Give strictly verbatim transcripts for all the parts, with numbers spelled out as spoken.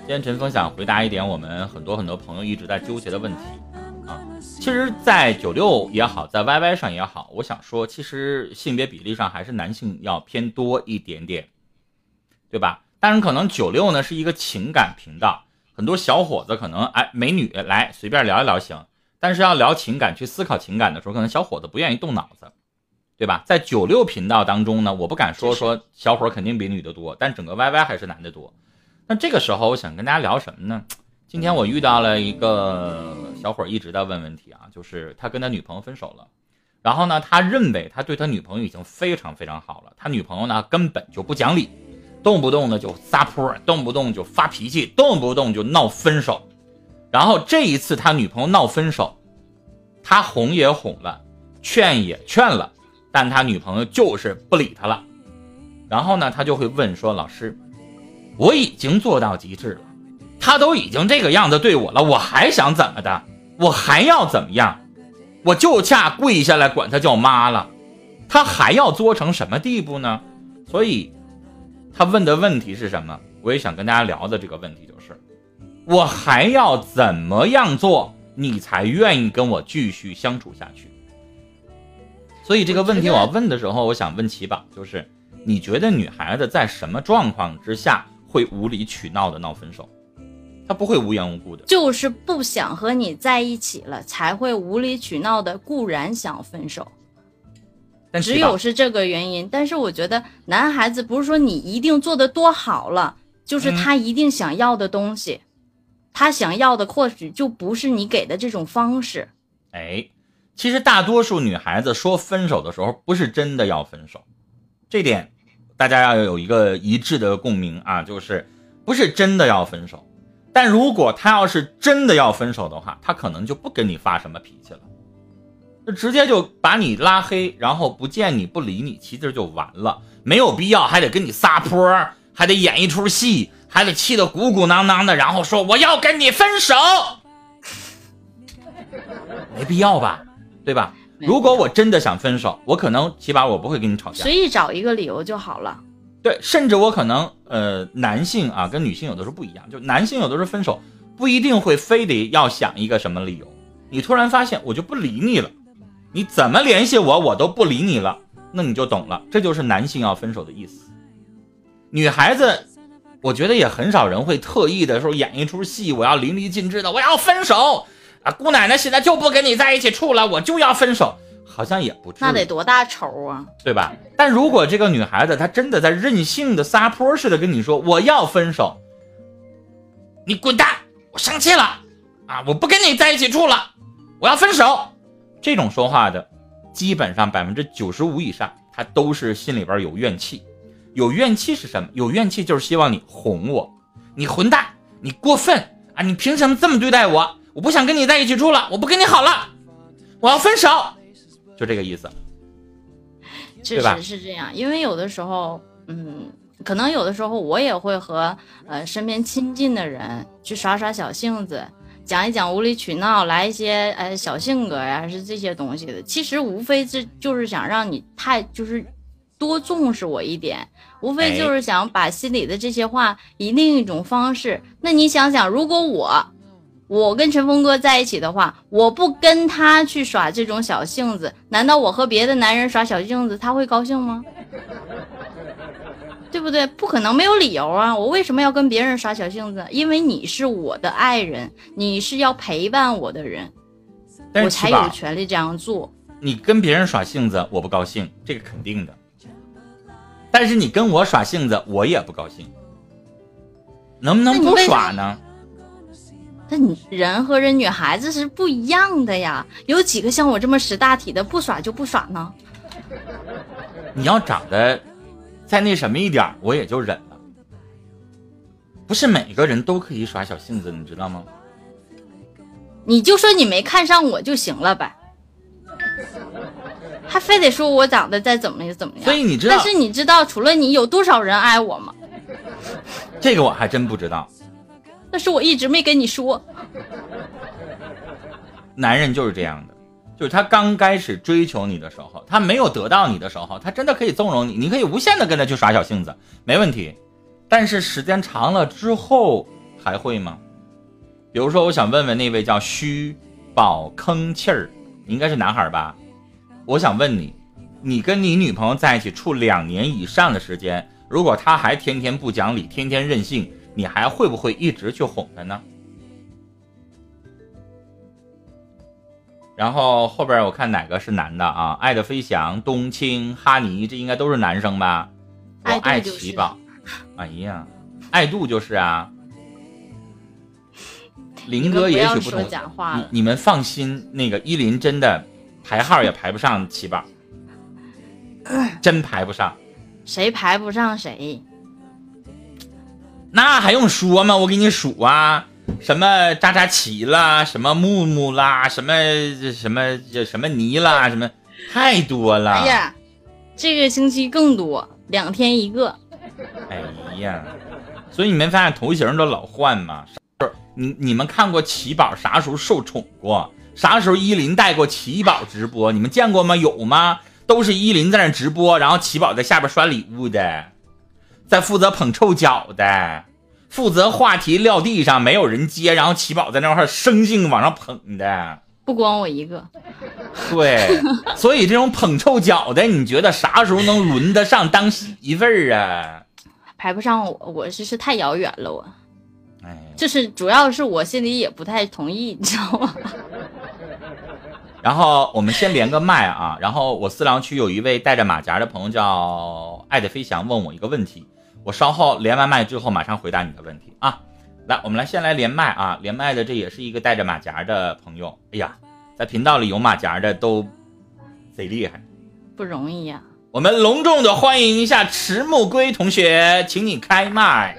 今天陈峰想回答一点我们很多很多朋友一直在纠结的问题啊。其实在九六也好，在 Y Y 上也好，我想说其实性别比例上还是男性要偏多一点点，对吧？当然可能九六呢是一个情感频道，很多小伙子可能哎美女来随便聊一聊行，但是要聊情感去思考情感的时候，可能小伙子不愿意动脑子，对吧？在九六频道当中呢，我不敢说说小伙肯定比女的多，但整个 Y Y 还是男的多。那这个时候我想跟大家聊什么呢？今天我遇到了一个小伙一直在问问题啊，就是他跟他女朋友分手了，然后呢他认为他对他女朋友已经非常非常好了，他女朋友呢根本就不讲理，动不动呢就撒泼，动不动就发脾气，动不动就闹分手。然后这一次他女朋友闹分手，他哄也哄了，劝也劝了，但他女朋友就是不理他了。然后呢他就会问说，老师，我已经做到极致了，他都已经这个样子对我了，我还想怎么的？我还要怎么样？我就差跪下来管他叫妈了，他还要作成什么地步呢？所以他问的问题是什么？我也想跟大家聊的这个问题就是，我还要怎么样做你才愿意跟我继续相处下去？所以这个问题我要问的时候，我想问齐宝，就是你觉得女孩子在什么状况之下会无理取闹的闹分手？她不会无缘无故的， 就是不想和你在一起了才会无理取闹的，固然想分手， 但只有是这个原因。但是我觉得男孩子不是说你一定做得多好了，就是他一定想要的东西、嗯、他想要的或许就不是你给的这种方式。 哎，其实大多数女孩子说分手的时候不是真的要分手，这点大家要有一个一致的共鸣啊，就是不是真的要分手。但如果他要是真的要分手的话，他可能就不跟你发什么脾气了，就直接就把你拉黑，然后不见你不理你，其实就完了，没有必要还得跟你撒泼，还得演一出戏，还得气得鼓鼓囊囊的，然后说我要跟你分手，没必要吧，对吧？如果我真的想分手，我可能起码我不会跟你吵架， 随意找一个理由就好了。 对，甚至我可能呃，男性啊跟女性有的时候不一样，就男性有的时候分手不一定会非得要想一个什么理由，你突然发现我就不理你了，你怎么联系我我都不理你了，那你就懂了，这就是男性要分手的意思。女孩子我觉得也很少人会特意的时候演一出戏，我要淋漓尽致的我要分手啊，姑奶奶现在就不跟你在一起处了，我就要分手，好像也不至于， 那得多大仇啊， 对吧？但如果这个女孩子她真的在任性的撒泼似的跟你说我要分手，你滚蛋，我生气了啊，我不跟你在一起处了，我要分手，这种说话的基本上百分之九十五以上她都是心里边有怨气。有怨气是什么？有怨气就是希望你哄我，你混蛋，你过分啊，你凭什么这么对待我，我不想跟你在一起住了，我不跟你好了，我要分手，就这个意思。 确实是这样，因为有的时候嗯，可能有的时候我也会和呃身边亲近的人去耍耍小性子，讲一讲无理取闹，来一些呃小性格呀，是这些东西的。其实无非是就是想让你太就是多重视我一点，无非就是想把心里的这些话以另一种方式。那你想想，如果我我跟陈峰哥在一起的话，我不跟他去耍这种小性子，难道我和别的男人耍小性子他会高兴吗？对不对？不可能，没有理由啊！我为什么要跟别人耍小性子？因为你是我的爱人，你是要陪伴我的人，我才有权利这样做。 你跟别人耍性子我不高兴，这个肯定的，但是你跟我耍性子我也不高兴，能不能不耍呢？ 那你人和人女孩子是不一样的呀，有几个像我这么识大体的不耍就不耍呢？ 你要长得再那什么一点我也就忍了，不是每个人都可以耍小性子，你知道吗？ 你就说你没看上我就行了呗，还非得说我长得再怎么怎么样。 所以你知道， 但是你知道除了你有多少人爱我吗？ 这个我还真不知道， 但是我一直没跟你说。 男人就是这样的，就是他刚开始追求你的时候，他没有得到你的时候，他真的可以纵容你，你可以无限的跟他去耍小性子，没问题。但是时间长了之后， 还会吗？比如说我想问问那位叫虚宝吭气儿，你应该是男孩吧？我想问你，你跟你女朋友在一起处两年以上的时间，如果她还天天不讲理，天天任性，你还会不会一直去哄她呢？然后后边我看哪个是男的啊？爱的飞翔、冬青、哈尼，这应该都是男生吧？我爱奇宝，哎呀，爱度就是啊。林哥也许不同，你你们放心，那个依林真的排号也排不上奇宝，真排不上。 谁排不上谁？ 那还用说吗？我给你数啊。什么渣渣奇啦，什么木木啦，什么什么什么泥啦，什么太多了。 哎呀，这个星期更多，两天一个。 哎呀，所以你们发现头型都老换嘛？你你们看过奇宝啥时候受宠过？啥时候依林带过奇宝直播？你们见过吗？有吗？都是依林在那直播，然后奇宝在下边刷礼物的，在负责捧臭脚的。负责话题撂地上没有人接，然后奇宝在那块生性往上捧的， 不光我一个。 对，所以这种捧臭脚的，你觉得啥时候能轮得上当媳妇儿啊？ 排不上我，我是是太遥远了我。 哎， 就是主要是我心里也不太同意，你知道吗？ 然后我们先连个麦啊，然后我四郎区有一位带着马甲的朋友叫爱的飞翔，问我一个问题。我稍后连完麦之后马上回答你的问题啊！来，我们来先来连麦啊！连麦的这也是一个带着马甲的朋友。哎呀，在频道里有马甲的都贼厉害， 不容易呀、啊！ 我们隆重的欢迎一下迟木龟同学，请你开麦。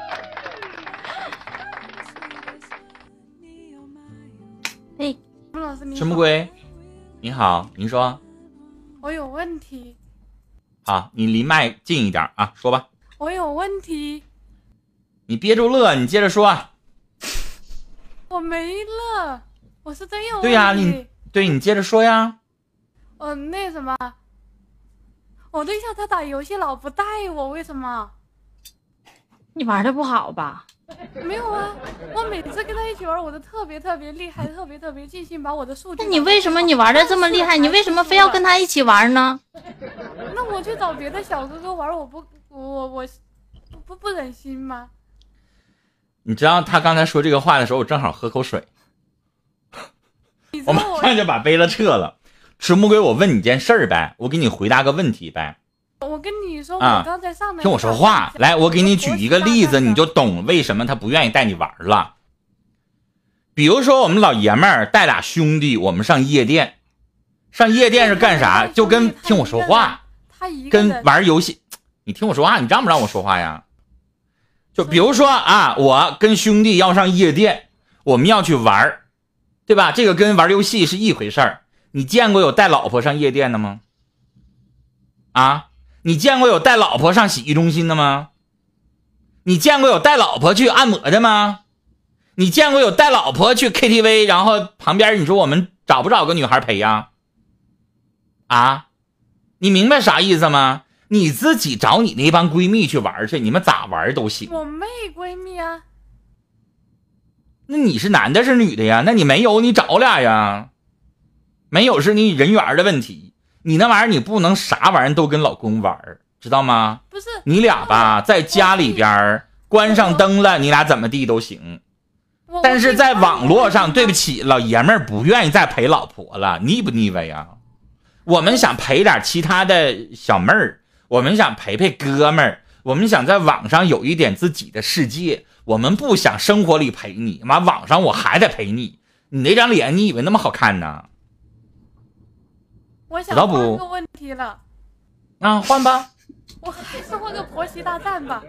哎， 陆老师你好。 迟木龟，你好，您说。 我有问题。 好，你离麦近一点啊，说吧。 我有问题。 你憋住乐，你接着说。 我没乐，我是真有问题。 对呀、啊，你对你接着说呀。 呃，那什么，我对象他打游戏老不带我，为什么？ 你玩的不好吧？ 没有啊，我每次跟他一起玩，我都特别特别厉害，特别特别尽心，把我的数据。 那你为什么你玩的这么厉害？你为什么非要跟他一起玩呢？ 那我去找别的小哥哥玩，我不，我我不不忍心吗？ 你知道他刚才说这个话的时候，我正好喝口水，我马上就把杯子撤了。迟木龟，我问你件事儿呗，我给你回答个问题呗。 我跟你说，我刚才上的、 啊、听我说话，来，我给你举一个例子，你就懂为什么他不愿意带你玩了。比如说，我们老爷们儿带俩兄弟，我们上夜店，上夜店是干啥？就跟听我说话，跟玩游戏。你听我说话，你让不让我说话呀？就比如说啊，我跟兄弟要上夜店，我们要去玩，对吧？这个跟玩游戏是一回事儿。你见过有带老婆上夜店的吗？啊？你见过有带老婆上洗浴中心的吗？你见过有带老婆去按摩的吗？你见过有带老婆去 K T V， 然后旁边你说我们找不找个女孩陪呀？啊？你明白啥意思吗？你自己找你那帮闺蜜去玩去，你们咋玩都行。 我没闺蜜啊。 那你是男的是女的呀？那你没有你找俩呀。没有是你人缘的问题，你那玩意儿你不能啥玩意儿都跟老公玩，知道吗？ 不是， 你俩吧，在家里边关上灯了，你俩怎么地都行。但是在网络上，对不起，老爷们儿不愿意再陪老婆了，腻不腻歪呀？我们想陪点其他的小妹儿，我们想陪陪哥们儿，我们想在网上有一点自己的世界，我们不想生活里陪你，妈网上我还得陪你，你那张脸你以为那么好看呢？ 我想换个问题了。 啊，换吧。 我还是换个婆媳大战吧。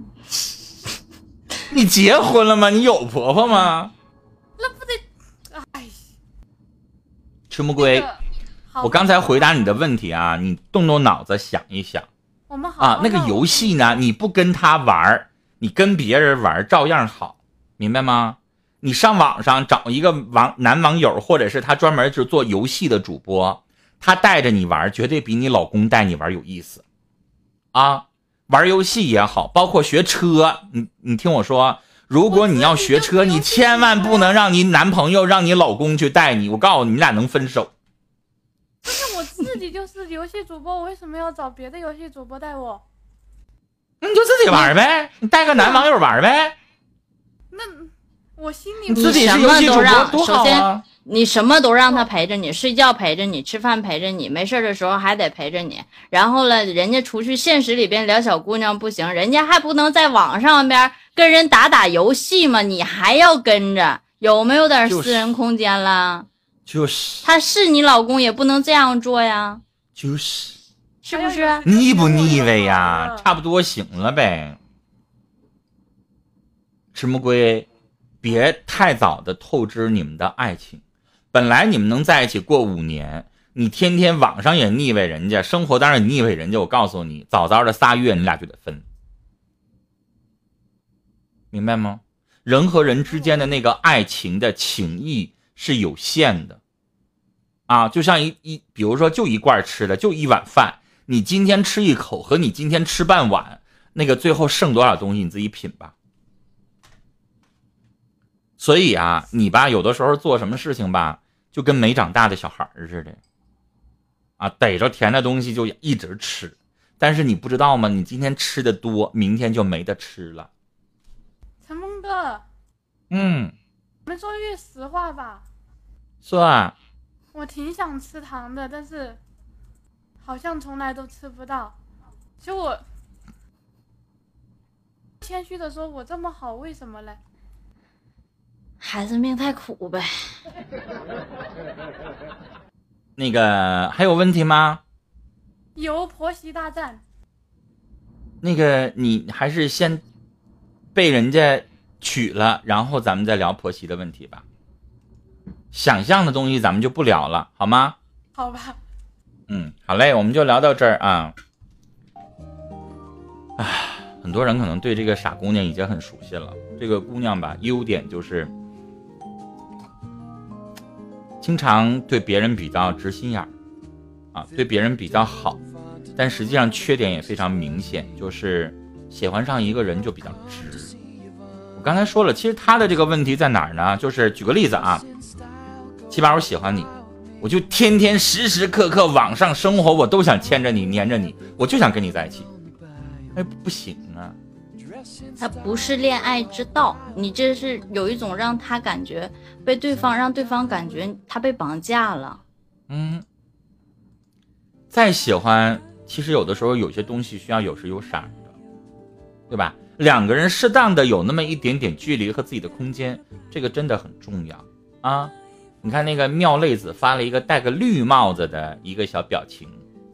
你结婚了吗？你有婆婆吗？ 那不得，哎。 迟木龟、 那個， 我刚才回答你的问题啊，你动动脑子想一想。 我们好啊，那个游戏呢，你不跟他玩，你跟别人玩照样好，明白吗？你上网上找一个网男网友，或者是他专门是做游戏的主播。他带着你玩绝对比你老公带你玩有意思啊！玩游戏也好，包括学车，你你听我说， 如果你要学车，你千万不能让你男朋友让你老公去带你，我告诉你，你俩能分手。 不是，我自己就是游戏主播，我为什么要找别的游戏主播带我？ 那你就自己玩呗，你带个男网友玩呗。 那我心里你自己是游戏主播多好啊！ 你什么都让他陪着你，睡觉陪着你，吃饭陪着你，没事的时候还得陪着你。然后呢，人家出去现实里边聊小姑娘不行，人家还不能在网上边跟人打打游戏吗？你还要跟着，有没有点私人空间了？ 就是， 他是你老公也不能这样做呀。 就是， 是不是？ 腻不腻味呀？差不多行了呗。赤木龟，别太早的透支你们的爱情。本来你们能在一起过五年，你天天网上也腻味人家，生活当然也腻味人家，我告诉你，早早的仨月你俩就得分，明白吗？人和人之间的那个爱情的情谊是有限的啊，就像一一，比如说就一罐吃的，就一碗饭，你今天吃一口和你今天吃半碗，那个最后剩多少东西你自己品吧。所以啊，你吧有的时候做什么事情吧，就跟没长大的小孩似的啊，逮着甜的东西就一直吃，但是你不知道吗？你今天吃的多，明天就没得吃了。 陈梦哥， 嗯， 我们说句实话吧。 说啊， 我挺想吃糖的，但是好像从来都吃不到。其实我谦虚的说，我这么好，为什么嘞？ 孩子命太苦呗。 那个还有问题吗？ 有，婆媳大战。 那个你还是先被人家娶了，然后咱们再聊婆媳的问题吧。想象的东西咱们就不聊了，好吗？ 好吧。 嗯，好嘞，我们就聊到这儿啊。唉，很多人可能对这个傻姑娘已经很熟悉了。这个姑娘吧，优点就是经常对别人比较直心眼儿啊，对别人比较好，但实际上缺点也非常明显，就是喜欢上一个人就比较直。我刚才说了，其实她的这个问题在哪儿呢？就是举个例子啊，起码我喜欢你，我就天天时时刻刻网上生活，我都想牵着你黏着你，我就想跟你在一起。哎，不行啊， 他不是恋爱之道，你这是有一种让他感觉被对方让对方感觉他被绑架了。 嗯，再喜欢其实有的时候有些东西需要有时有闪的，对吧？两个人适当的有那么一点点距离和自己的空间，这个真的很重要啊。你看那个妙泪子发了一个戴个绿帽子的一个小表情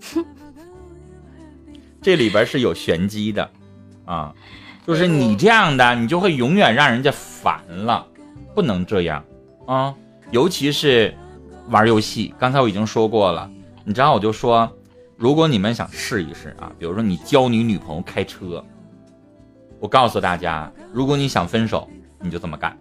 这里边是有玄机的啊，就是你这样的你就会永远让人家烦了，不能这样啊。尤其是玩游戏，刚才我已经说过了，你知道我就说，如果你们想试一试啊，比如说你教你女朋友开车，我告诉大家，如果你想分手，你就这么干。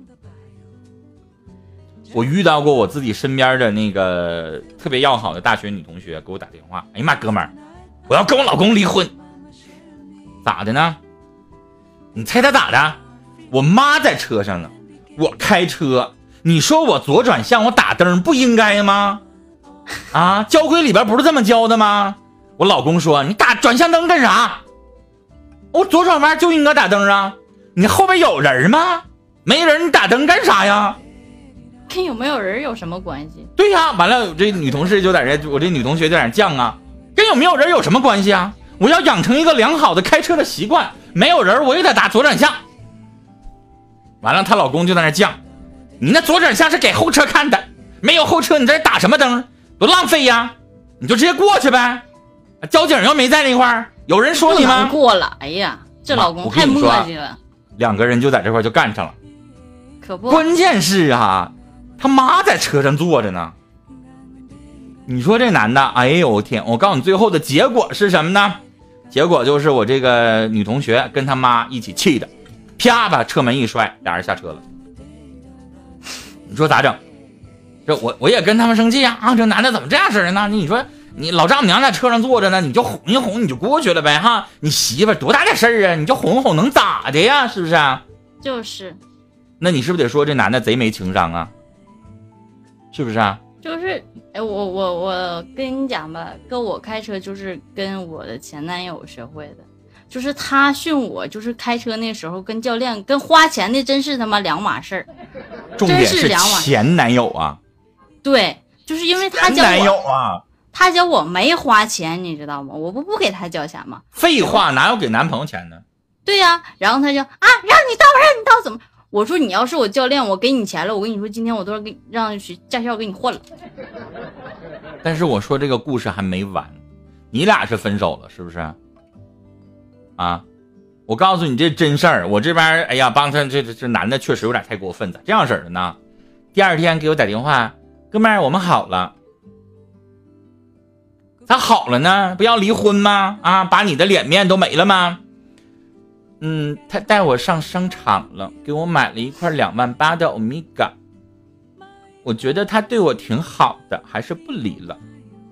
我遇到过我自己身边的那个特别要好的大学女同学给我打电话，哎呀妈，哥们儿，我要跟我老公离婚。咋的呢？你猜他咋的？我妈在车上呢，我开车，你说我左转向我打灯不应该吗？啊，交规里边不是这么教的吗？我老公说你打转向灯干啥？我左转弯就应该打灯啊，你后边有人吗？没人你打灯干啥呀？ 跟有没有人有什么关系？ 对呀，完了这女同事就在这，我这女同学就在这犟啊，跟有没有人有什么关系啊？我要养成一个良好的开车的习惯，没有人我也得打左转向。完了她老公就在那犟，你那左转向是给后车看的，没有后车你在这打什么灯，多浪费呀，你就直接过去呗。交警又没在那块儿，有人说你吗？ 不过了，哎呀，这老公太磨叽了。 两个人就在这块就干上了， 可不。 关键是啊，他妈在车上坐着呢。你说这男的，哎呦我天！我告诉你，最后的结果是什么呢？结果就是我这个女同学跟他妈一起气的，啪把车门一摔，俩人下车了。你说咋整？这我我也跟他们生气啊！啊，这男的怎么这样式的呢？你说你老丈母娘在车上坐着呢，你就哄一哄，你就过去了呗哈！你媳妇多大点事儿啊？你就哄哄能咋的呀？是不是啊？ 就是。 那你是不是得说这男的贼没情商啊？是不是啊？ 就是，哎，我我我跟你讲吧，跟我开车就是跟我的前男友学会的，就是他训我，就是开车那时候跟教练跟花钱的真是他妈两码事儿。 重点是前男友啊。 对，就是因为他教我， 前男友啊， 他教我没花钱，你知道吗？我不不给他交钱吗？ 废话，哪有给男朋友钱呢？ 对呀、啊，然后他就啊，让你倒，让你倒，怎么？我说你要是我教练，我给你钱了，我跟你说今天我都给让学驾校给你换了。 但是我说这个故事还没完，你俩是分手了是不是？啊，我告诉你这真事儿，我这边哎呀帮他这这这男的确实有点太过分了，这样式的呢。第二天给我打电话，哥们儿我们好了。咋好了呢？不要离婚吗？啊，把你的脸面都没了吗？嗯，他带我上商场了，给我买了一块两万八的欧米伽。我觉得他对我挺好的，还是不离了。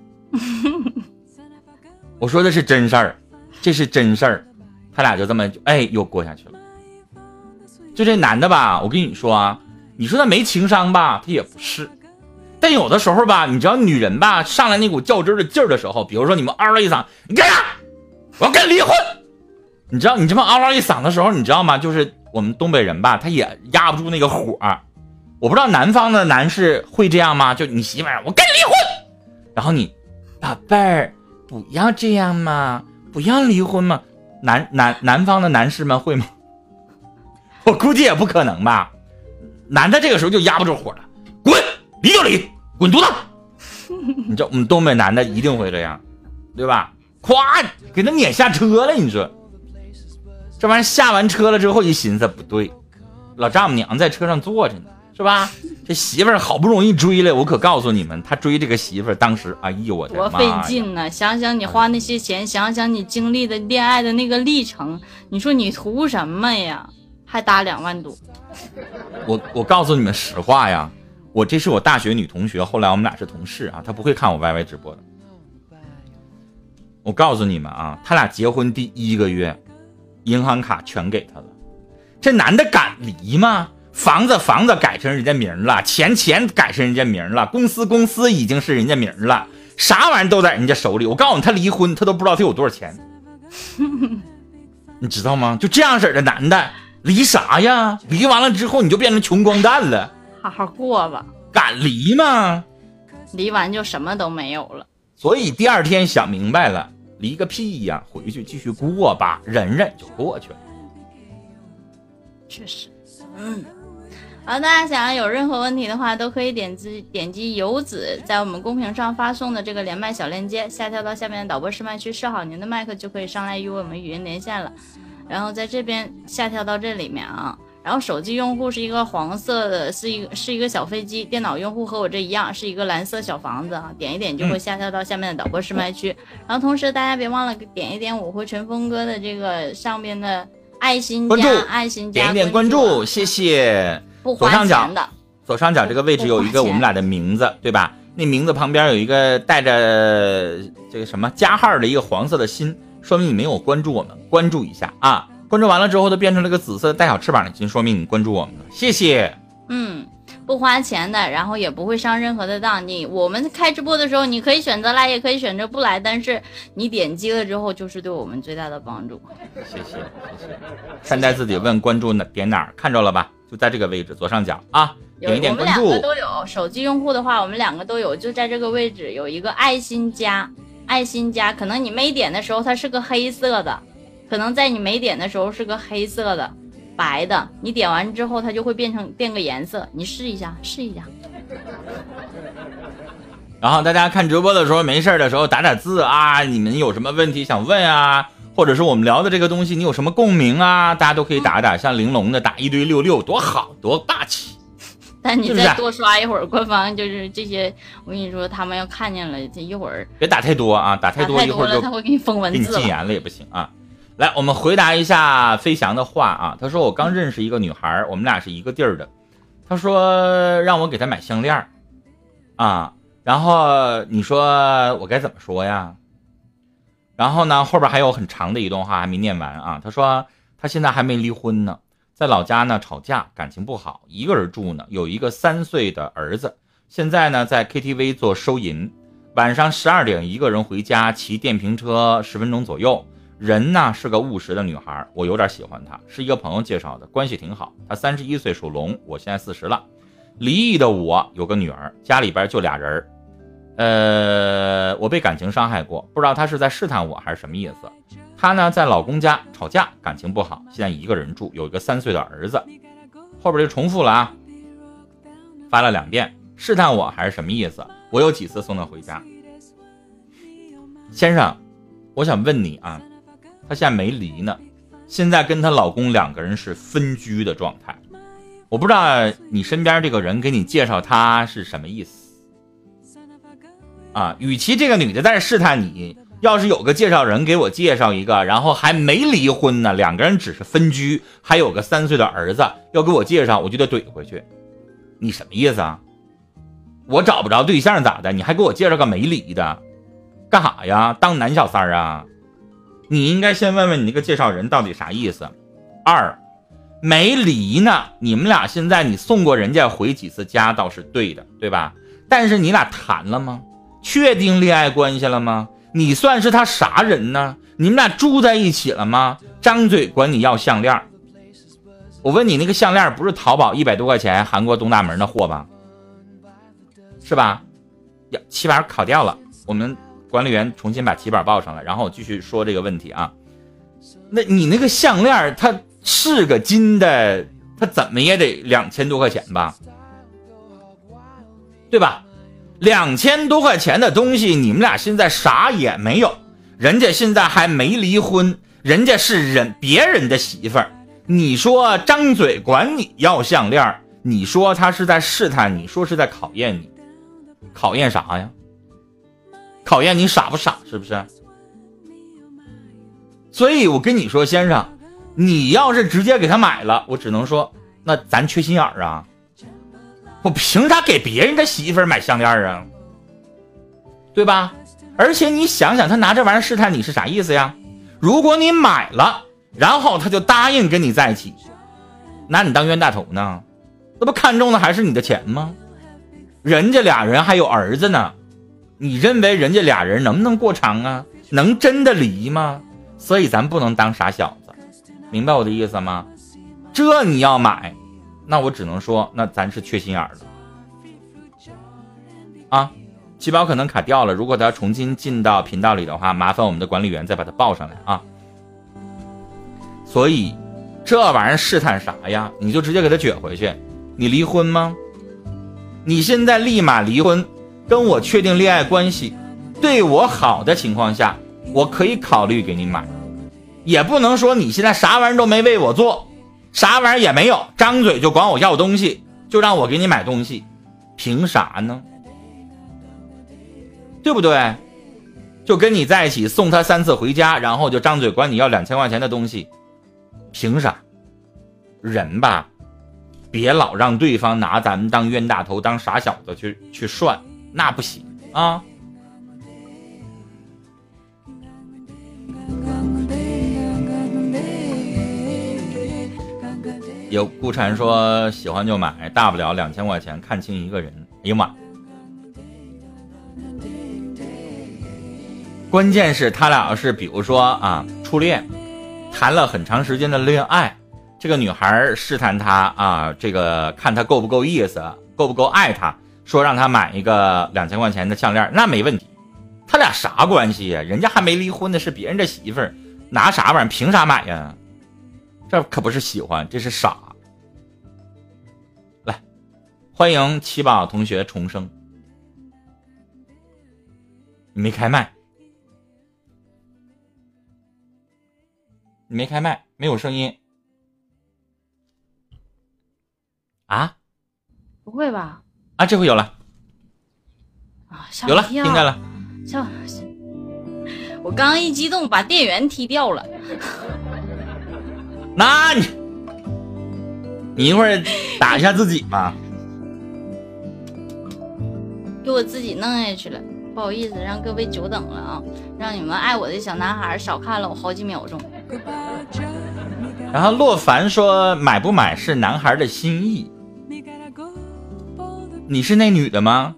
我说的是真事儿，这是真事儿。他俩就这么哎又过下去了。就这男的吧，我跟你说啊，你说他没情商吧，他也不是。但有的时候吧，你知道女人吧，上来那股较真的劲儿的时候，比如说你们嗷了一嗓，你干啥？我要跟你离婚。你知道你这么嗷嗷一嗓的时候，你知道吗？就是我们东北人吧，他也压不住那个火。我不知道南方的男士会这样吗？就你媳妇儿，我跟你离婚，然后你，宝贝儿，不要这样嘛，不要离婚嘛。南南南方的男士们会吗？我估计也不可能吧。男的这个时候就压不住火了，滚，离就离，滚犊子。你知道我们东北男的一定会这样，对吧？咵，给他撵下车了，你说。这玩意下完车了之后一寻思不对，老丈母娘在车上坐着呢，是吧？这媳妇儿好不容易追来，我可告诉你们，他追这个媳妇儿当时哎呦我的妈， 多费劲呢！想想你花那些钱，想想你经历的恋爱的那个历程，你说你图什么呀？还打两万多。 我我告诉你们实话呀，我这是我大学女同学，后来我们俩是同事啊，她不会看我 Y Y 直播的。我告诉你们啊，他俩结婚第一个月银行卡全给他了，这男的敢离吗？房子房子改成人家名了，钱钱改成人家名了，公司公司已经是人家名了，啥玩意都在人家手里。我告诉你，他离婚他都不知道他有多少钱。你知道吗？就这样式的男的离啥呀？离完了之后你就变成穷光蛋了。 好好过吧。 敢离吗？ 离完就什么都没有了。所以第二天想明白了，离个屁呀，回去继续过吧，忍忍就过去了。 确实。嗯，好，大家想要有任何问题的话，都可以点击点击游子在我们公屏上发送的这个连麦小链接，下跳到下面的导播试麦区，设好您的麦克就可以上来与我们语音连线了。然后在这边下跳到这里面啊，然后手机用户是一个黄色的，是一个是一个小飞机，电脑用户和我这一样是一个蓝色小房子啊，点一点就会下跳到下面的导播试麦区。然后同时大家别忘了点一点我和陈峰哥的这个上边的爱心加爱心加点一点关注，谢谢。 不花钱的。 左上角这个位置有一个我们俩的名字，对吧？那名字旁边有一个带着这个什么加号的一个黄色的心，说明你没有关注我们，关注一下啊！关注完了之后，它变成了个紫色带小翅膀的心，说明你关注我们了，谢谢。 嗯，不花钱的，然后也不会上任何的当。你我们开直播的时候，你可以选择来，也可以选择不来，但是你点击了之后，就是对我们最大的帮助。 谢谢，谢谢。善待自己，问关注哪点哪儿，看着了吧？就在这个位置左上角啊，点一点关注。 我们两个都有，手机用户的话，我们两个都有，就在这个位置有一个爱心加，爱心加，可能你没点的时候它是个黑色的，可能在你没点的时候是个黑色的。白的，你点完之后它就会变成变个颜色，你试一下试一下。 然后大家看直播的时候没事的时候打打字啊，你们有什么问题想问啊，或者是我们聊的这个东西你有什么共鸣啊，大家都可以打打，像玲珑的打一堆六六多好多霸气。 但你再多刷一会儿，官方就是这些，我跟你说他们要看见了，这一会儿别打太多啊，打太多一会儿就他会给你封文字了， 给你禁言了也不行啊。来，我们回答一下飞翔的话啊。他说我刚认识一个女孩，我们俩是一个地儿的。他说让我给她买项链啊，然后你说我该怎么说呀？然后呢，后边还有很长的一段话还没念完啊。他说他现在还没离婚呢， 在老家呢吵架，感情不好，一个人住呢，有一个三岁的儿子，现在呢在 K T V 做收银，晚上十二点一个人回家，骑电瓶车十分钟左右。人呢是个务实的女孩，我有点喜欢她，是一个朋友介绍的，关系挺好。她三十一岁属龙，我现在四十了。离异的我有个女儿，家里边就俩人。呃，我被感情伤害过，不知道她是在试探我还是什么意思。她呢在老公家吵架，感情不好，现在一个人住，有一个三岁的儿子。后边就重复了啊，发了两遍，试探我还是什么意思？我有几次送她回家。先生，我想问你啊，她现在没离呢，现在跟她老公两个人是分居的状态。我不知道你身边这个人给你介绍她是什么意思啊？与其这个女的在这试探你，要是有个介绍人给我介绍一个，然后还没离婚呢，两个人只是分居，还有个三岁的儿子要给我介绍，我就得怼回去。你什么意思啊？我找不着对象咋的？你还给我介绍个没离的，干啥呀？当男小三啊？你应该先问问你那个介绍人到底啥意思。二，没离呢，你们俩现在你送过人家回几次家倒是对的，对吧？但是你俩谈了吗？确定恋爱关系了吗？你算是他啥人呢？你们俩住在一起了吗？张嘴管你要项链，我问你，那个项链不是淘宝一百多块钱韩国东大门的货吧？是吧？呀，起板考掉了，我们管理员重新把起板报上来，然后我继续说这个问题啊。那你那个项链它是个金的，它怎么也得两千多块钱吧？对吧？两千多块钱的东西，你们俩现在啥也没有，人家现在还没离婚，人家是人别人的媳妇儿，你说张嘴管你要项链，你说他是在试探你，说是在考验你，考验啥呀？考验你傻不傻，是不是？所以我跟你说，先生，你要是直接给他买了，我只能说那咱缺心眼儿啊，我凭啥给别人的媳妇儿买项链啊？对吧？而且你想想，他拿这玩意儿试探你是啥意思呀？如果你买了，然后他就答应跟你在一起，拿你当冤大头呢？那不看中的还是你的钱吗？人家俩人还有儿子呢，你认为人家俩人能不能过长啊？能真的离吗？所以咱不能当傻小子，明白我的意思吗？这你要买，那我只能说，那咱是缺心眼儿了啊！七宝可能卡掉了，如果他要重新进到频道里的话，麻烦我们的管理员再把它报上来啊。所以这玩意儿试探啥呀？你就直接给他撅回去。你离婚吗？你现在立马离婚，跟我确定恋爱关系，对我好的情况下，我可以考虑给你买，也不能说你现在啥玩意儿都没为我做，啥玩意儿也没有，张嘴就管我要东西，就让我给你买东西，凭啥呢？对不对？就跟你在一起送他三次回家，然后就张嘴管你要两千块钱的东西，凭啥？人吧，别老让对方拿咱们当冤大头当傻小子去去涮，那不行啊。有顾禅说喜欢就买，大不了两千块钱看清一个人。哎呀妈！关键是他俩要是比如说啊初恋，谈了很长时间的恋爱，这个女孩试探他啊，这个看他够不够意思，够不够爱他，说让他买一个两千块钱的项链，那没问题。他俩啥关系呀？人家还没离婚的，是别人的媳妇儿，拿啥玩意儿？凭啥买呀？这可不是喜欢，这是傻。来，欢迎七宝同学重生。你没开麦，你没开麦，没有声音啊？ 不会吧？ 啊，这回有了啊， 有了，听见了。 吓我刚刚一激动，把电源踢掉了。 那你你一会儿打一下自己吧。 给我自己弄下去了，不好意思，让各位久等了啊！让你们爱我的小男孩少看了我好几秒钟。 然后洛凡说买不买是男孩的心意，你是那女的吗？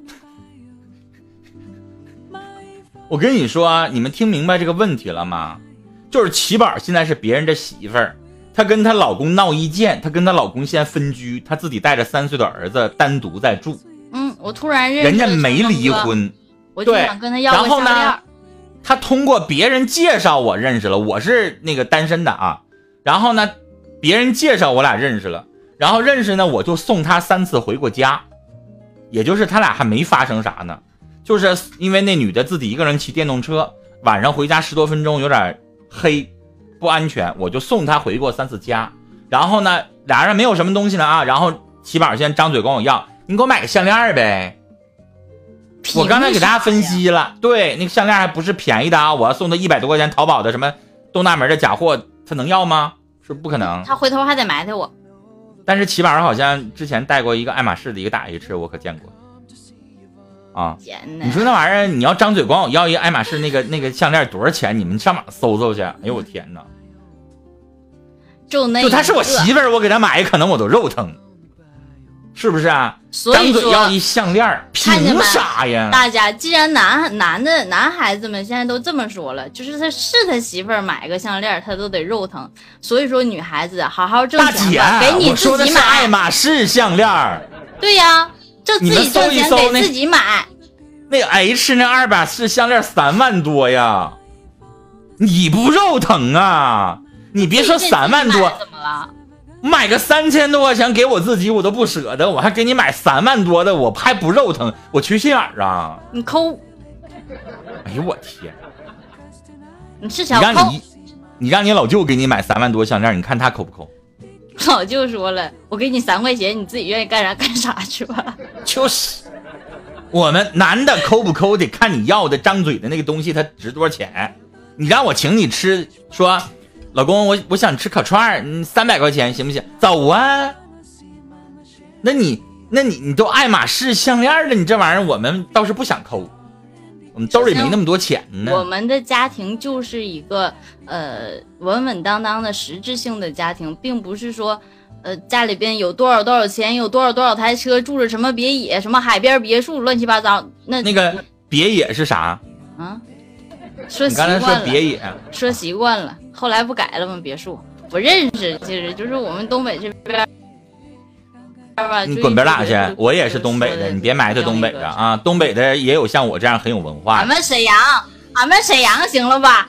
我跟你说啊，你们听明白这个问题了吗？就是齐宝现在是别人的媳妇儿，她跟她老公闹意见，她跟她老公现在分居，她自己带着三岁的儿子单独在住。 嗯，我突然认识人家没离婚， 我就想跟他要个项链。 然后呢，他通过别人介绍我认识了，我是那个单身的啊。然后呢，别人介绍我俩认识了，然后认识呢，我就送他三次回过家，也就是他俩还没发生啥呢，就是因为那女的自己一个人骑电动车，晚上回家十多分钟有点黑，不安全，我就送他回过三次家。然后呢，俩人没有什么东西了啊，然后齐宝先张嘴管我要。你给我买个项链呗，我刚才给大家分析了，对，那个项链还不是便宜的啊，我要送他一百多块钱淘宝的什么东大门的假货，他能要吗？是不可能， 他回头还得埋汰我。 但是齐宝好像之前带过一个爱马仕的一个大 H， 我可见过啊。你说那玩意儿，你要张嘴管我要一个爱马仕那个那个项链多少钱？你们上网搜搜去。哎呦我天哪！ 就那就他是我媳妇儿，我给他买，可能我都肉疼。是不是啊？张嘴要一项链，凭啥呀？ 大家既然男男的男孩子们现在都这么说了，就是他是他媳妇儿买个项链，他都得肉疼。所以说女孩子好好挣钱吧，给你自己买。 爱马仕项链。 对呀，就自己挣钱给自己买。 那个 H 那爱马仕项链三万多呀，你不肉疼啊？你别说三万多， 怎么了？ 买个三千多块钱给我自己我都不舍得，我还给你买三万多的，我还不肉疼，我缺心眼儿啊！ 你抠！ 哎呦我天！ 你是想抠？你让你你让你老舅给你买三万多项链，你看他抠不抠？ 老舅说了，我给你三块钱，你自己愿意干啥干啥去吧。 就是，我们男的抠不抠得看你要的张嘴的那个东西它值多少钱。你让我请你吃，说。老公，我我想吃烤串，嗯，三百块钱行不行？走啊！那你那你你都爱马仕项链了，你这玩意儿我们倒是不想抠，我们兜里没那么多钱呢。 我们的家庭就是一个呃稳稳当当的实质性的家庭，并不是说呃家里边有多少多少钱，有多少多少台车，住着什么别野、什么海边别墅，乱七八糟。那那个别野是啥？ 啊？说习惯了。你刚才说别野， 说习惯了。后来不改了吗？别墅我认识，其实就是我们东北这边。 你滚边拉去！我也是东北的，你别埋汰东北的啊！东北的也有像我这样很有文化。 俺们沈阳，俺们沈阳行了吧？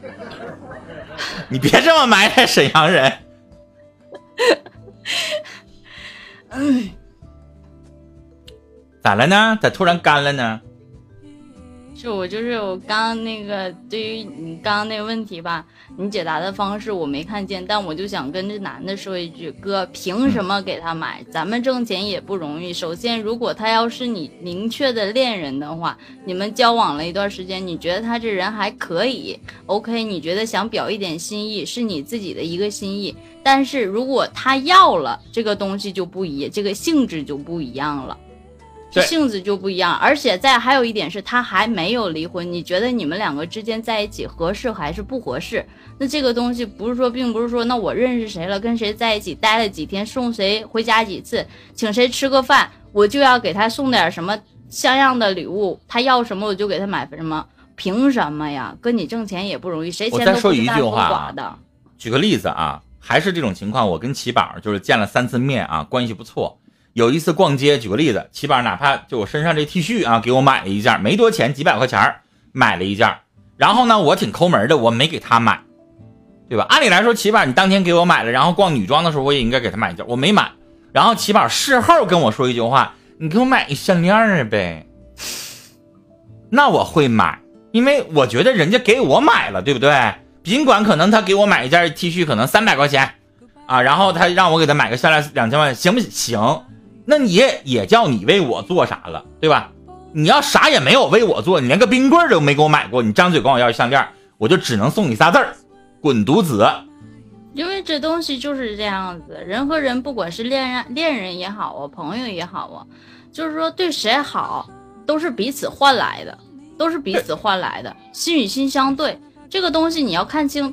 你别这么埋汰沈阳人。 嗯， 咋了呢？咋突然干了呢？ 是我就是我刚刚那个对于你刚刚那个问题吧，你解答的方式我没看见，但我就想跟这男的说一句，哥凭什么给他买？咱们挣钱也不容易。首先，如果他要是你明确的恋人的话，你们交往了一段时间，你觉得他这人还可以 ，OK， 你觉得想表一点心意是你自己的一个心意，但是如果他要了这个东西就不一样，这个性质就不一样了。性子就不一样，而且再还有一点是他还没有离婚，你觉得你们两个之间在一起合适还是不合适？那这个东西不是说并不是说那我认识谁了，跟谁在一起待了几天，送谁回家几次，请谁吃个饭，我就要给他送点什么像样的礼物，他要什么我就给他买什么，凭什么呀？跟你挣钱也不容易，谁钱都不是大风刮的。 举个例子啊，还是这种情况，我跟齐宝就是见了三次面啊，关系不错。有一次逛街，举个例子，齐宝哪怕就我身上这 T 恤啊，给我买了一件，没多钱，几百块钱买了一件。然后呢，我挺抠门的，我没给他买，对吧？按理来说，齐宝你当天给我买了，然后逛女装的时候我也应该给他买一件，我没买。然后齐宝事后跟我说一句话：“你给我买一项链呗。”那我会买，因为我觉得人家给我买了，对不对？尽管可能他给我买一件 T 恤，可能三百块钱啊，然后他让我给他买个项链两千块钱，行不行？行。那你也也叫你为我做啥了，对吧？你要啥也没有为我做，你连个冰棍都没给我买过，你张嘴管我要项链，我就只能送你仨字儿：滚犊子。 因为这东西就是这样子，人和人不管是恋人恋人也好啊，朋友也好啊，就是说对谁好都是彼此换来的，都是彼此换来的，心与心相对。这个东西你要看清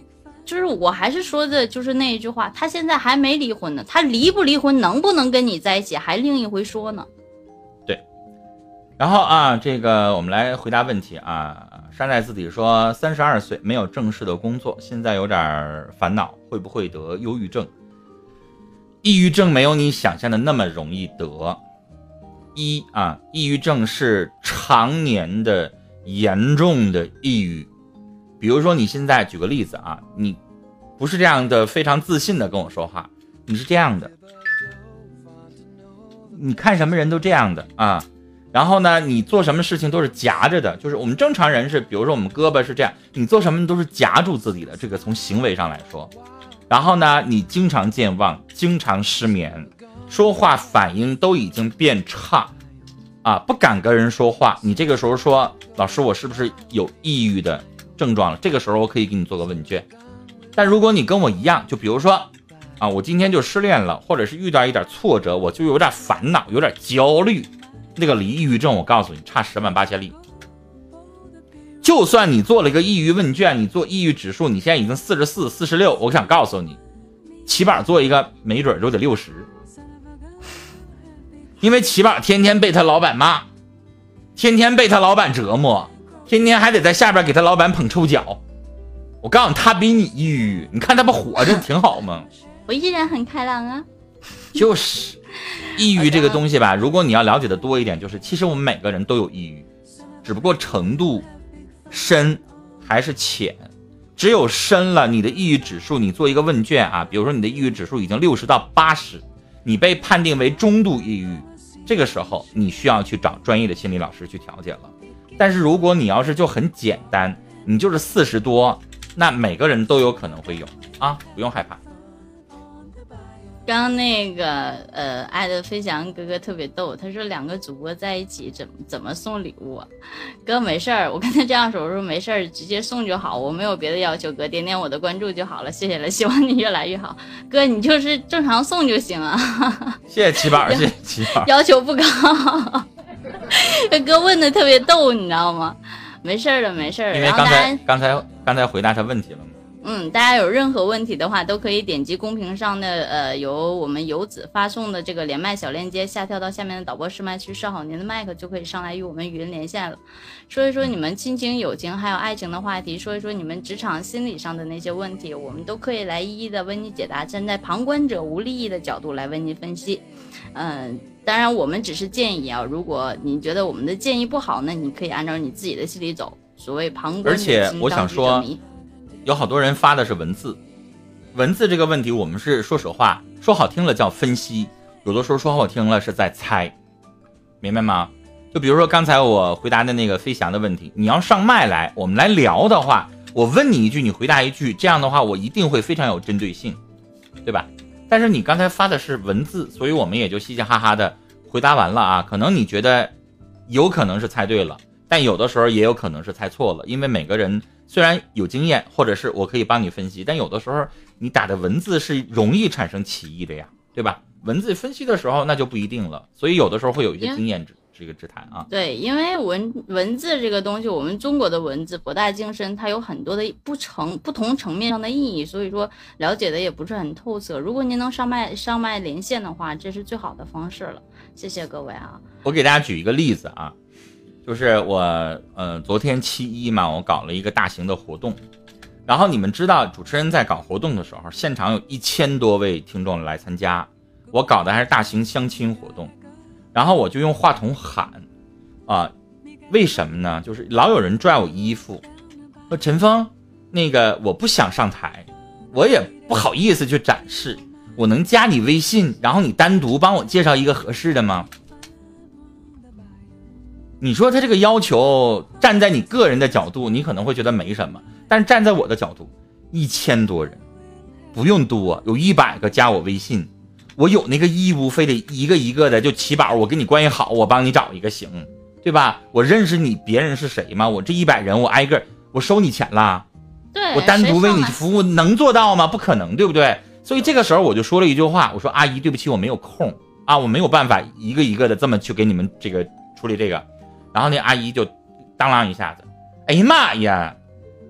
就是我还是说的就是那一句话，他现在还没离婚呢，他离不离婚能不能跟你在一起还另一回说呢。 对，然后啊，这个我们来回答问题啊。山寨字体说三十二岁没有正式的工作，现在有点烦恼，会不会得忧郁症？抑郁症没有你想象的那么容易得。一啊，抑郁症是常年的严重的抑郁。比如说你现在举个例子啊，你不是这样的非常自信的跟我说话，你是这样的，你看什么人都这样的啊。然后呢，你做什么事情都是夹着的，就是我们正常人是，比如说我们胳膊是这样，你做什么都是夹住自己的，这个从行为上来说。然后呢，你经常健忘，经常失眠，说话反应都已经变差啊，不敢跟人说话。你这个时候说，老师我是不是有抑郁的症状了？这个时候我可以给你做个问卷。但如果你跟我一样，就比如说啊，我今天就失恋了，或者是遇到一点挫折，我就有点烦恼，有点焦虑，那个离抑郁症我告诉你差十万八千里。就算你做了一个抑郁问卷，你做抑郁指数，你现在已经四十四、四十六，我想告诉你，起码做一个没准就得六十。因为起码天天被他老板骂，天天被他老板折磨，天天还得在下边给他老板捧臭脚。我告诉你，他比你抑郁，你看他不活着挺好吗？ 我依然很开朗啊。 就是抑郁这个东西吧，如果你要了解的多一点，就是其实我们每个人都有抑郁，只不过程度深还是浅。只有深了，你的抑郁指数，你做一个问卷啊，比如说你的抑郁指数已经六十到八十，你被判定为中度抑郁，这个时候你需要去找专业的心理老师去调节了。但是如果你要是就很简单，你就是四十多，那每个人都有可能会有啊，不用害怕。 刚刚那个呃，爱的飞翔哥哥特别逗，他说两个主播在一起怎么怎么送礼物啊？哥没事儿，我跟他这样说，我说没事儿，直接送就好，我没有别的要求，哥点点我的关注就好了，谢谢了，希望你越来越好，哥你就是正常送就行啊。 谢谢七宝，谢谢七宝， 要求不高。哥问的特别逗，你知道吗？没事的，没事的。 因为刚才刚才刚才回答他问题了吗？ 嗯，大家有任何问题的话，都可以点击公屏上的呃由我们游子发送的这个连麦小链接，下跳到下面的导播试麦区，设好您的麦克，就可以上来与我们语音连线了。说一说你们亲情、友情还有爱情的话题，说一说你们职场心理上的那些问题，我们都可以来一一的为你解答，站在旁观者无利益的角度来为您分析。嗯、呃，当然我们只是建议啊，如果你觉得我们的建议不好，那你可以按照你自己的心理走。所谓旁观者清， 而且我想说，有好多人发的是文字，文字这个问题，我们是说实话，说好听了叫分析，有的时候说好听了是在猜，明白吗？就比如说刚才我回答的那个飞翔的问题，你要上麦来，我们来聊的话，我问你一句，你回答一句，这样的话我一定会非常有针对性，对吧？但是你刚才发的是文字，所以我们也就嘻嘻哈哈的回答完了啊。可能你觉得有可能是猜对了，但有的时候也有可能是猜错了，因为每个人虽然有经验，或者是我可以帮你分析，但有的时候你打的文字是容易产生歧义的呀，对吧？文字分析的时候那就不一定了，所以有的时候会有一些经验值这个之谈啊。 对，因为文文字这个东西，我们中国的文字博大精深，它有很多的不成不同层面上的意义，所以说了解的也不是很透彻。如果您能上麦上麦连线的话，这是最好的方式了。谢谢各位啊！ 我给大家举一个例子啊。就是我呃昨天七一嘛，我搞了一个大型的活动，然后你们知道主持人在搞活动的时候，现场有一千多位听众来参加，我搞的还是大型相亲活动，然后我就用话筒喊啊、呃，为什么呢？就是老有人拽我衣服，说陈峰，那个我不想上台，我也不好意思去展示，我能加你微信，然后你单独帮我介绍一个合适的吗？你说他这个要求，站在你个人的角度，你可能会觉得没什么，但是站在我的角度，一千多人，不用多，有一百个加我微信，我有那个义务，非得一个一个的就起宝，我跟你关系好，我帮你找一个行，对吧？我认识你，别人是谁吗？我这一百人，我挨个我收你钱啦， 对， 我单独为你服务，能做到吗？不可能，对不对？所以这个时候我就说了一句话，我说阿姨，对不起，我没有空啊，我没有办法一个一个的这么去给你们这个处理这个。然后那阿姨就当啷一下子，哎呀妈呀，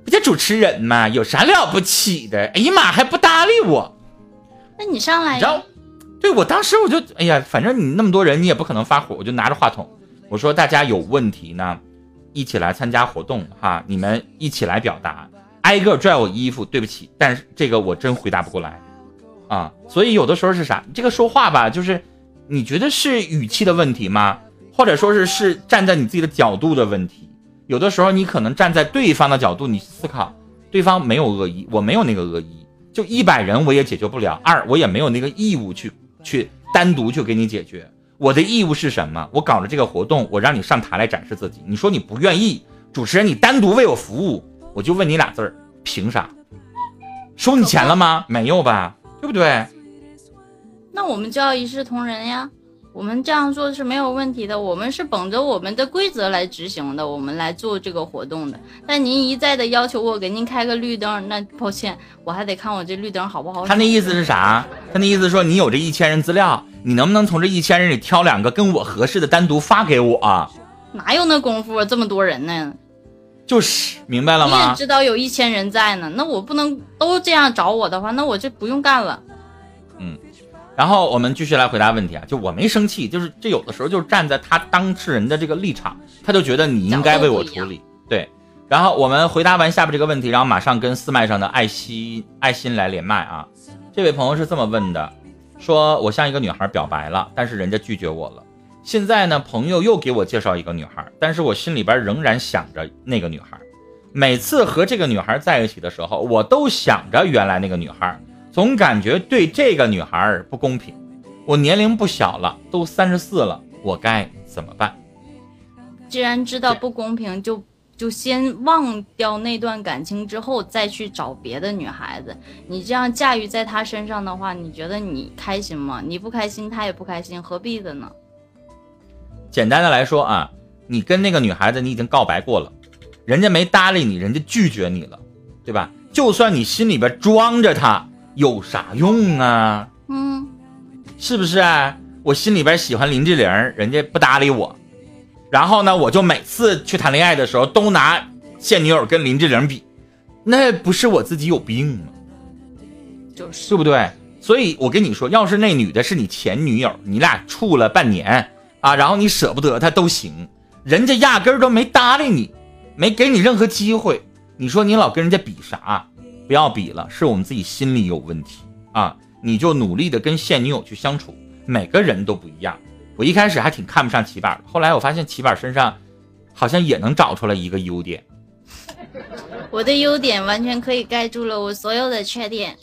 不就主持人嘛，有啥了不起的？哎呀妈，还不搭理我。 那你上来呀。 然后，对，我当时我就，哎呀，反正你那么多人，你也不可能发火，我就拿着话筒，我说大家有问题呢，一起来参加活动哈，你们一起来表达，挨个拽我衣服，对不起，但是这个我真回答不过来啊。所以有的时候是啥，这个说话吧，就是你觉得是语气的问题吗？或者说是是站在你自己的角度的问题？有的时候你可能站在对方的角度，你思考，对方没有恶意，我没有那个恶意，就一百人我也解决不了，二我也没有那个义务去去单独去给你解决。我的义务是什么？我搞了这个活动，我让你上台来展示自己。你说你不愿意，主持人你单独为我服务，我就问你俩字儿，凭啥？收你钱了吗？没有吧，对不对？ 那我们就要一视同仁呀。我们这样做是没有问题的，我们是本着我们的规则来执行的，我们来做这个活动的。但您一再的要求我给您开个绿灯，那抱歉，我还得看我这绿灯好不好使。 他那意思是啥？他那意思说你有这一千人资料，你能不能从这一千人里挑两个跟我合适的单独发给我啊？ 哪有那功夫啊，这么多人呢？ 就是明白了吗？ 你也知道有一千人在呢，那我不能都这样找我的话，那我就不用干了。 嗯。然后我们继续来回答问题啊，就我没生气，就是这有的时候就是站在他当事人的这个立场，他就觉得你应该为我处理，对。然后我们回答完下边这个问题，然后马上跟四麦上的爱心爱心来连麦啊。这位朋友是这么问的，说我向一个女孩表白了，但是人家拒绝我了。现在呢，朋友又给我介绍一个女孩，但是我心里边仍然想着那个女孩。每次和这个女孩在一起的时候，我都想着原来那个女孩。总感觉对这个女孩不公平，我年龄不小了，都三十四了，我该怎么办？ 既然知道不公平，就就先忘掉那段感情之后，再去找别的女孩子。你这样驾驭在她身上的话，你觉得你开心吗？你不开心，她也不开心，何必的呢？ 简单的来说啊，你跟那个女孩子你已经告白过了，人家没搭理你，人家拒绝你了，对吧？就算你心里边装着她，有啥用啊？ 嗯， 是不是啊？我心里边喜欢林志玲，人家不搭理我，然后呢，我就每次去谈恋爱的时候都拿现女友跟林志玲比，那不是我自己有病吗？ 就是对不对？所以我跟你说，要是那女的是你前女友，你俩处了半年啊，然后你舍不得她都行，人家压根儿都没搭理你，没给你任何机会，你说你老跟人家比啥？不要比了，是我们自己心里有问题啊！你就努力的跟现女友去相处，每个人都不一样。我一开始还挺看不上齐板，后来我发现齐板身上好像也能找出来一个优点。 我的优点完全可以盖住了我所有的缺点。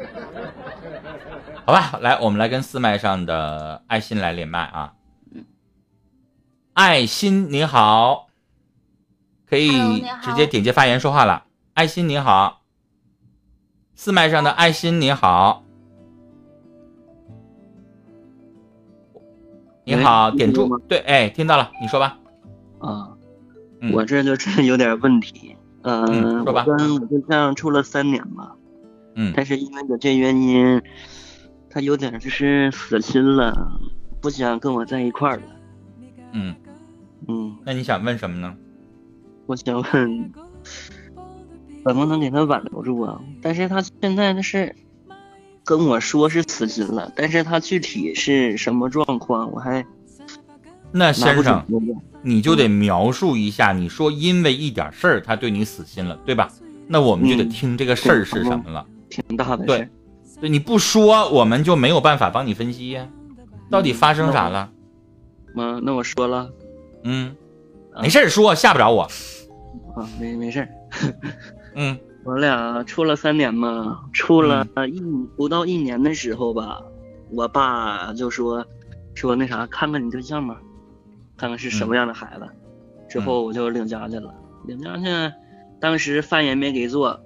好吧，来，我们来跟四麦上的爱心来连麦啊。爱心你好，可以直接点击发言说话了。爱心你好。四麦上的爱心你好，你好，点住，对，哎，听到了，你说吧。 啊， 嗯、 我这就是有点问题，呃、 嗯，说吧。 我跟我对象处了三年吧， 嗯， 但是因为有这原因，他有点就是死心了，不想跟我在一块儿了。 嗯嗯， 那你想问什么呢？ 我想问。怎么能给他挽留住啊？但是他现在就是跟我说是死心了，但是他具体是什么状况，我还那先生，你就得描述一下，你说因为一点事儿他对你死心了，对吧？那我们就得听这个事儿是什么了。 嗯、挺大的事。 对，对，你不说我们就没有办法帮你分析呀、啊，到底发生啥了？ 妈、嗯，那我说了， 嗯，没事说，吓不着我。 啊，没没事。 嗯， 我俩处了三年嘛，处了一、嗯、不到一年的时候吧，我爸就说说那啥，看看你对象嘛，看看是什么样的孩子。嗯、之后我就领家去了，领家去，当时饭也没给做，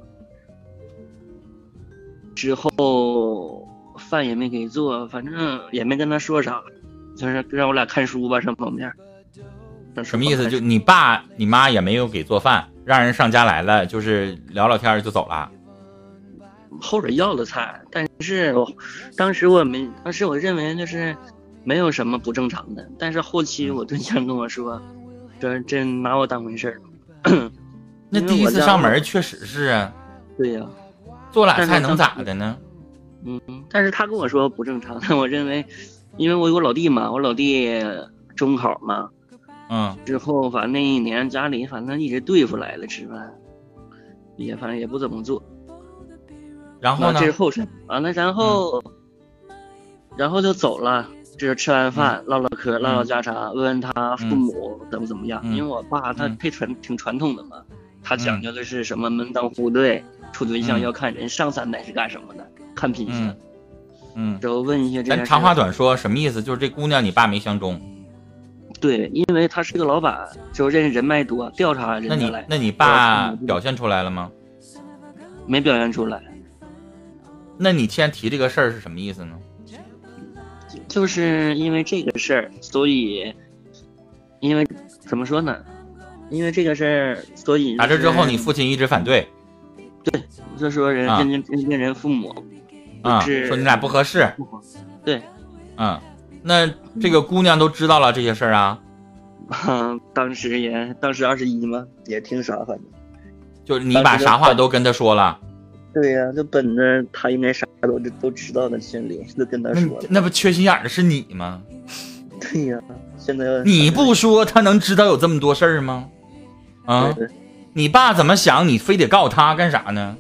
之后饭也没给做，反正也没跟他说啥，就是让我俩看书吧，上旁边。 什么意思？就你爸你妈也没有给做饭，让人上家来了，就是聊聊天就走了。 后边要了菜，但是我当时我没，当时我认为就是没有什么不正常的。但是后期我对象跟我说，这真拿我当回事儿。 那第一次上门确实是啊。 对呀、啊， 做俩菜能咋的呢？ 嗯，但是他跟我说不正常，但我认为，因为我有我老弟嘛，我老弟中考嘛， 嗯， 之后反正那一年家里反正一直对付来了吃饭，也反正也不怎么做。 然后呢？ 这是后事。完了，然后，嗯、然后就走了。就是吃完饭、嗯、唠唠嗑，唠唠家常，问问他父母怎么怎么样。嗯、因为我爸他配传、嗯、挺传统的嘛，他讲究的是什么门当户对，处对象要看人上三代是干什么的，看品行。 嗯， 然后问一些这些。 咱长话短说，什么意思？就是这姑娘你爸没相中。 对，因为他是个老板，就认识人脉多，调查人家来。 那你那你爸表现出来了吗？ 没表现出来。 那你现在提这个事儿是什么意思呢？ 就是因为这个事儿，所以，因为怎么说呢？因为这个事儿，所以、就是、 打这之后，你父亲一直反对。 对，就说人啊、 跟人跟人父母啊，说你俩不合适。 对， 嗯，那这个姑娘都知道了这些事儿啊？ 啊，当时也当时二十一嘛，也挺傻，反正。 就是你把啥话都跟他说了。 对呀、啊，就本着他应该啥都都知道的心理，就跟他说了。 那不缺心眼的是你吗？ 对呀、啊，现在你不说，他能知道有这么多事儿吗？啊，你爸怎么想，你非得告诉他干啥呢？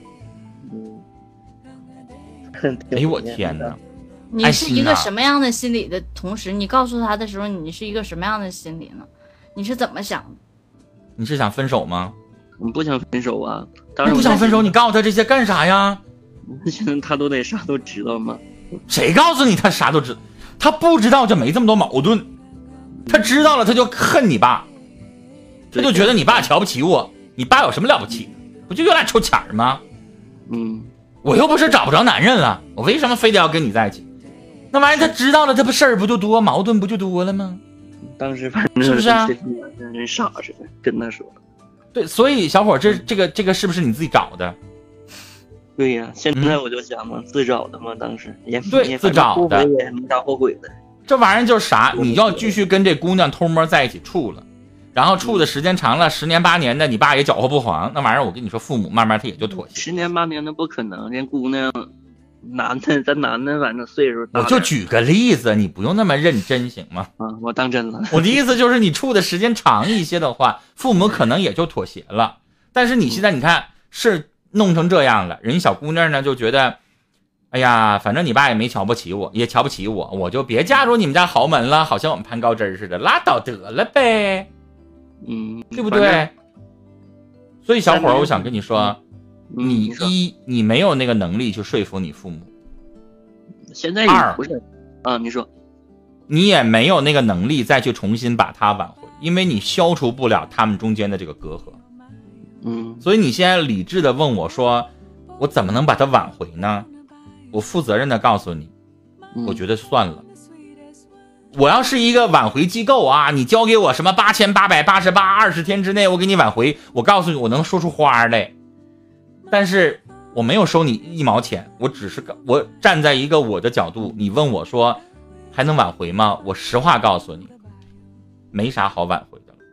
嗯， 哎呦我天哪！ 你是一个什么样的心理的同时，你告诉他的时候，你是一个什么样的心理呢？你是怎么想的？ 你是想分手吗？ 我不想分手啊！当然不想分手，你告诉他这些干啥呀？ 现在他都得啥都知道吗？ 谁告诉你他啥都知道？他不知道就没这么多矛盾，他知道了他就恨你爸，他就觉得你爸瞧不起我。你爸有什么了不起？不就原来抽钱吗？ 嗯， 我又不是找不着男人了，我为什么非得要跟你在一起？那玩意儿他知道了，这不事儿不就多，矛盾不就多了吗？ 当时反正是不是啊？ 跟人傻似的跟他说。对， 所以小伙，这这个这个是不是你自己找的？ 对呀、啊，现在我就想嘛，嗯、自找的嘛，当时也对自找的， 也没啥后悔的。 这玩意儿就是啥？你要继续跟这姑娘偷摸在一起处了，然后处的时间长了，十年八年的，你爸也搅和不黄，那玩意儿我跟你说，父母慢慢他也就妥协。 十年八年的不可能，人姑娘，男的咱男的反正岁数大。 我就举个例子，你不用那么认真行吗？ 啊，我当真了。 我的意思就是，你处的时间长一些的话，父母可能也就妥协了。但是你现在你看是弄成这样了，人小姑娘呢就觉得，哎呀，反正你爸也没瞧不起我，也瞧不起我，我就别嫁入你们家豪门了，好像我们攀高枝似的，拉倒得了呗， 嗯， 对不对？所以小伙儿，我想跟你说， 嗯、 你一你没有那个能力去说服你父母， 现在也不是啊，你说， 你也没有那个能力再去重新把他挽回，因为你消除不了他们中间的这个隔阂。 嗯， 所以你现在理智的问我说，我怎么能把他挽回呢？我负责任的告诉你，我觉得算了。我要是一个挽回机构啊，你交给我什么八千八百八十八，二十天之内我给你挽回，我告诉你我能说出花来。但是我没有收你一毛钱，我只是我站在一个我的角度，你问我说还能挽回吗？我实话告诉你，没啥好挽回的了。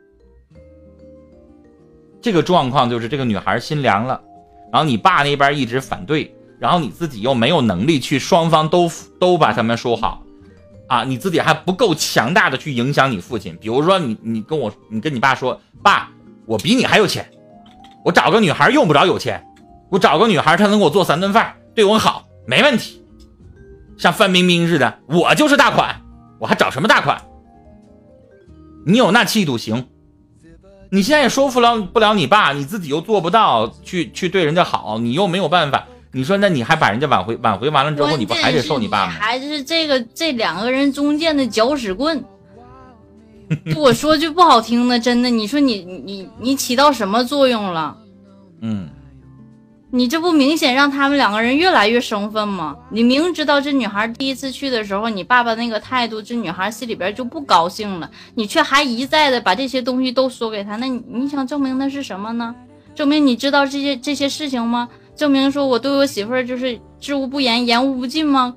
这个状况就是这个女孩心凉了，然后你爸那边一直反对，然后你自己又没有能力去双方都都把他们说好啊，你自己还不够强大的去影响你父亲。比如说你你跟我你跟你爸说，爸，我比你还有钱，我找个女孩用不着有钱，我找个女孩她能给我做三顿饭，对我好，没问题。像范冰冰似的，我就是大款，我还找什么大款？你有那气度行，你现在也说服了不了你爸，你自己又做不到去去对人家好，你又没有办法。你说那你还把人家挽回挽回完了之后，你不还得受你爸吗？ 还是这个这两个人中间的搅屎棍。我说句不好听的，真的，你说你你你起到什么作用了？ 嗯， 你这不明显让他们两个人越来越生分吗？你明知道这女孩第一次去的时候，你爸爸那个态度，这女孩心里边就不高兴了，你却还一再的把这些东西都说给他，那你你想证明的是什么呢？证明你知道这些这些事情吗？证明说我对我媳妇儿就是知无不言，言无不尽吗？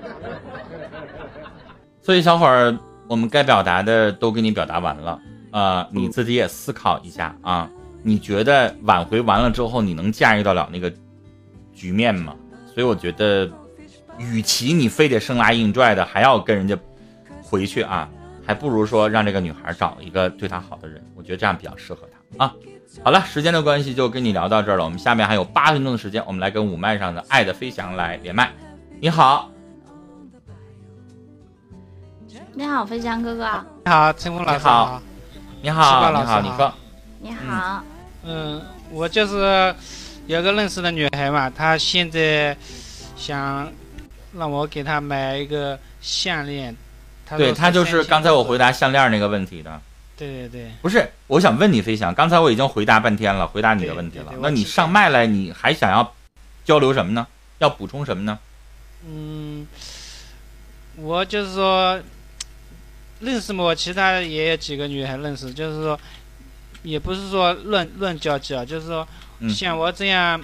所以小伙儿，我们该表达的都给你表达完了，呃，你自己也思考一下啊。 你觉得挽回完了之后，你能驾驭得了那个局面吗？所以我觉得，与其你非得生拉硬拽的，还要跟人家回去啊，还不如说让这个女孩找一个对她好的人，我觉得这样比较适合她啊。好了，时间的关系就跟你聊到这儿了，我们下面还有八分钟的时间，我们来跟五麦上的爱的飞翔来连麦。你好。 你好，飞翔哥哥。 你好，陈峰老师好。 你好，你好，你说。 你好。 嗯，我就是有个认识的女孩嘛，她现在想让我给她买一个项链。她对，她就是刚才我回答项链那个问题的。 对对对。 不是，我想问你飞翔，刚才我已经回答半天了，回答你的问题了。 对对对， 那你上麦来，你还想要交流什么呢？要补充什么呢？ 嗯，我就是说。认识我，其他也有几个女孩认识，就是说，也不是说乱乱交际啊，就是说， 嗯、 像我这样，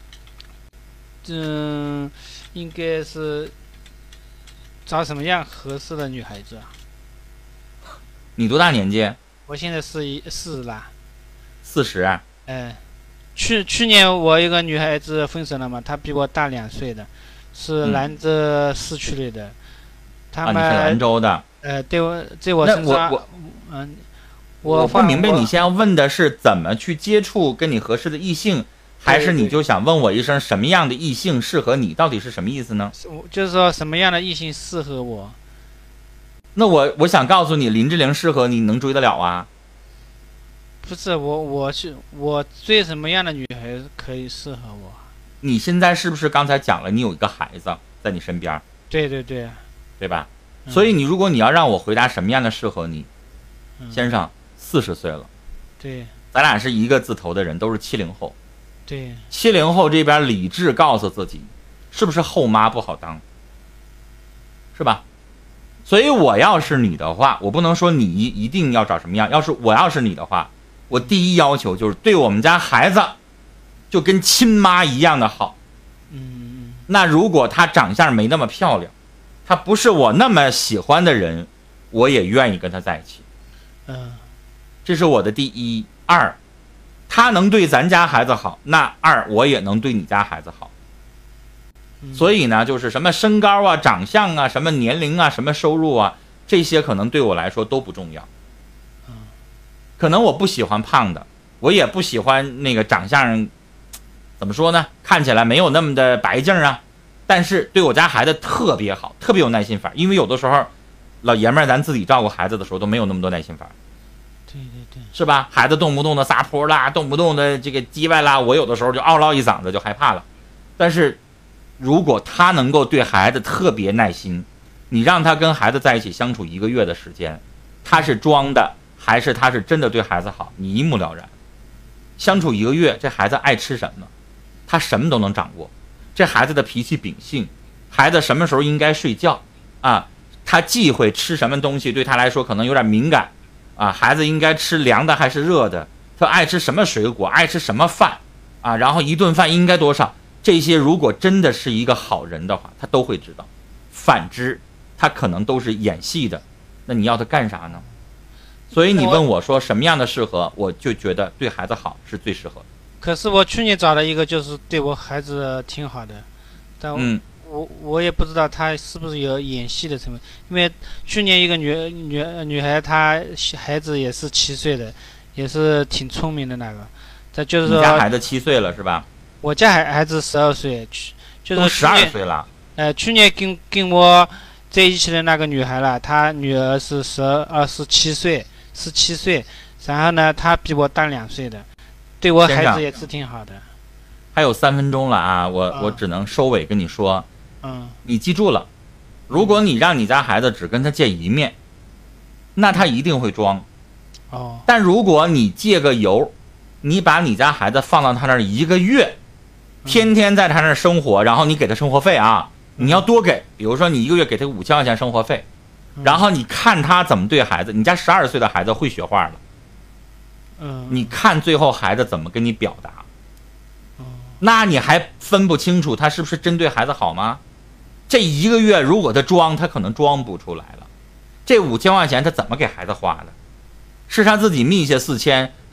嗯，应该是找什么样合适的女孩子啊？ 你多大年纪？ 我现在是一四十啦。 四十啊？ 哎，去去年我一个女孩子分手了嘛，她比我大两岁的，是兰州市区里的，他们、 啊、你是兰州的。 呃，对我在我身上， 我嗯， 我我不明白你现在问的是怎么去接触跟你合适的异性，还是你就想问我一声什么样的异性适合你？到底是什么意思呢？ 就是说什么样的异性适合我？ 那我我想告诉你，林志玲适合你，能追得了啊？ 不是我，我是我追什么样的女孩可以适合我？ 你现在是不是刚才讲了你有一个孩子在你身边？ 对对对， 对吧？所以你如果你要让我回答什么样的适合你， 嗯、 先生四十岁了， 对， 咱俩是一个字头的人，都是七零后， 对， 七零后这边理智告诉自己，是不是后妈不好当，是吧？所以我要是你的话，我不能说你一定要找什么样，要是我要是你的话，我第一要求就是对我们家孩子就跟亲妈一样的好。 嗯， 那如果她长相没那么漂亮，他不是我那么喜欢的人，我也愿意跟他在一起。 嗯， 这是我的第一。二，他能对咱家孩子好，那二我也能对你家孩子好。 嗯、 所以呢，就是什么身高啊、长相啊、什么年龄啊、什么收入啊，这些可能对我来说都不重要。 嗯， 可能我不喜欢胖的，我也不喜欢那个长相，怎么说呢？看起来没有那么的白净啊。但是对我家孩子特别好，特别有耐心法，因为有的时候老爷们儿咱自己照顾孩子的时候都没有那么多耐心法， 对对对， 是吧？孩子动不动的撒泼啦，动不动的这个叽歪啦，我有的时候就嗷唠一嗓子就害怕了。但是如果他能够对孩子特别耐心，你让他跟孩子在一起相处一个月的时间，他是装的还是他是真的对孩子好，你一目了然。相处一个月，这孩子爱吃什么，他什么都能掌握。这孩子的脾气秉性，孩子什么时候应该睡觉啊？他忌讳吃什么东西，对他来说可能有点敏感啊。孩子应该吃凉的还是热的？他爱吃什么水果？爱吃什么饭啊？然后一顿饭应该多少？这些如果真的是一个好人的话，他都会知道。反之，他可能都是演戏的。那你要他干啥呢？所以你问我说什么样的适合，我就觉得对孩子好是最适合的。 可是我去年找的一个就是对我孩子挺好的，但我、 嗯、 我我也不知道他是不是有演戏的成分，因为去年一个女女女孩，她孩子也是七岁的，也是挺聪明的那个，这就是说。 你家孩子七岁了是吧？ 我家孩孩子十二岁，就是十二岁了。 呃，去年跟跟我在一起的那个女孩了，她女儿是十二十七岁，十七岁，然后呢，她比我大两岁的。对我孩子也是挺好的。 还有三分钟了啊，我、 嗯、 我只能收尾跟你说， 嗯， 你记住了，如果你让你家孩子只跟他见一面，那他一定会装。 哦。 但如果你借个油，你把你家孩子放到他那儿一个月，天天在他那儿生活，然后你给他生活费啊，你要多给，比如说你一个月给他五千块钱生活费，然后你看他怎么对孩子，你家十二岁的孩子会学话了。 嗯， 你看最后孩子怎么跟你表达，那你还分不清楚他是不是针对孩子好吗？这一个月如果他装，他可能装不出来了。这五千块钱他怎么给孩子花的？是他自己密下四千，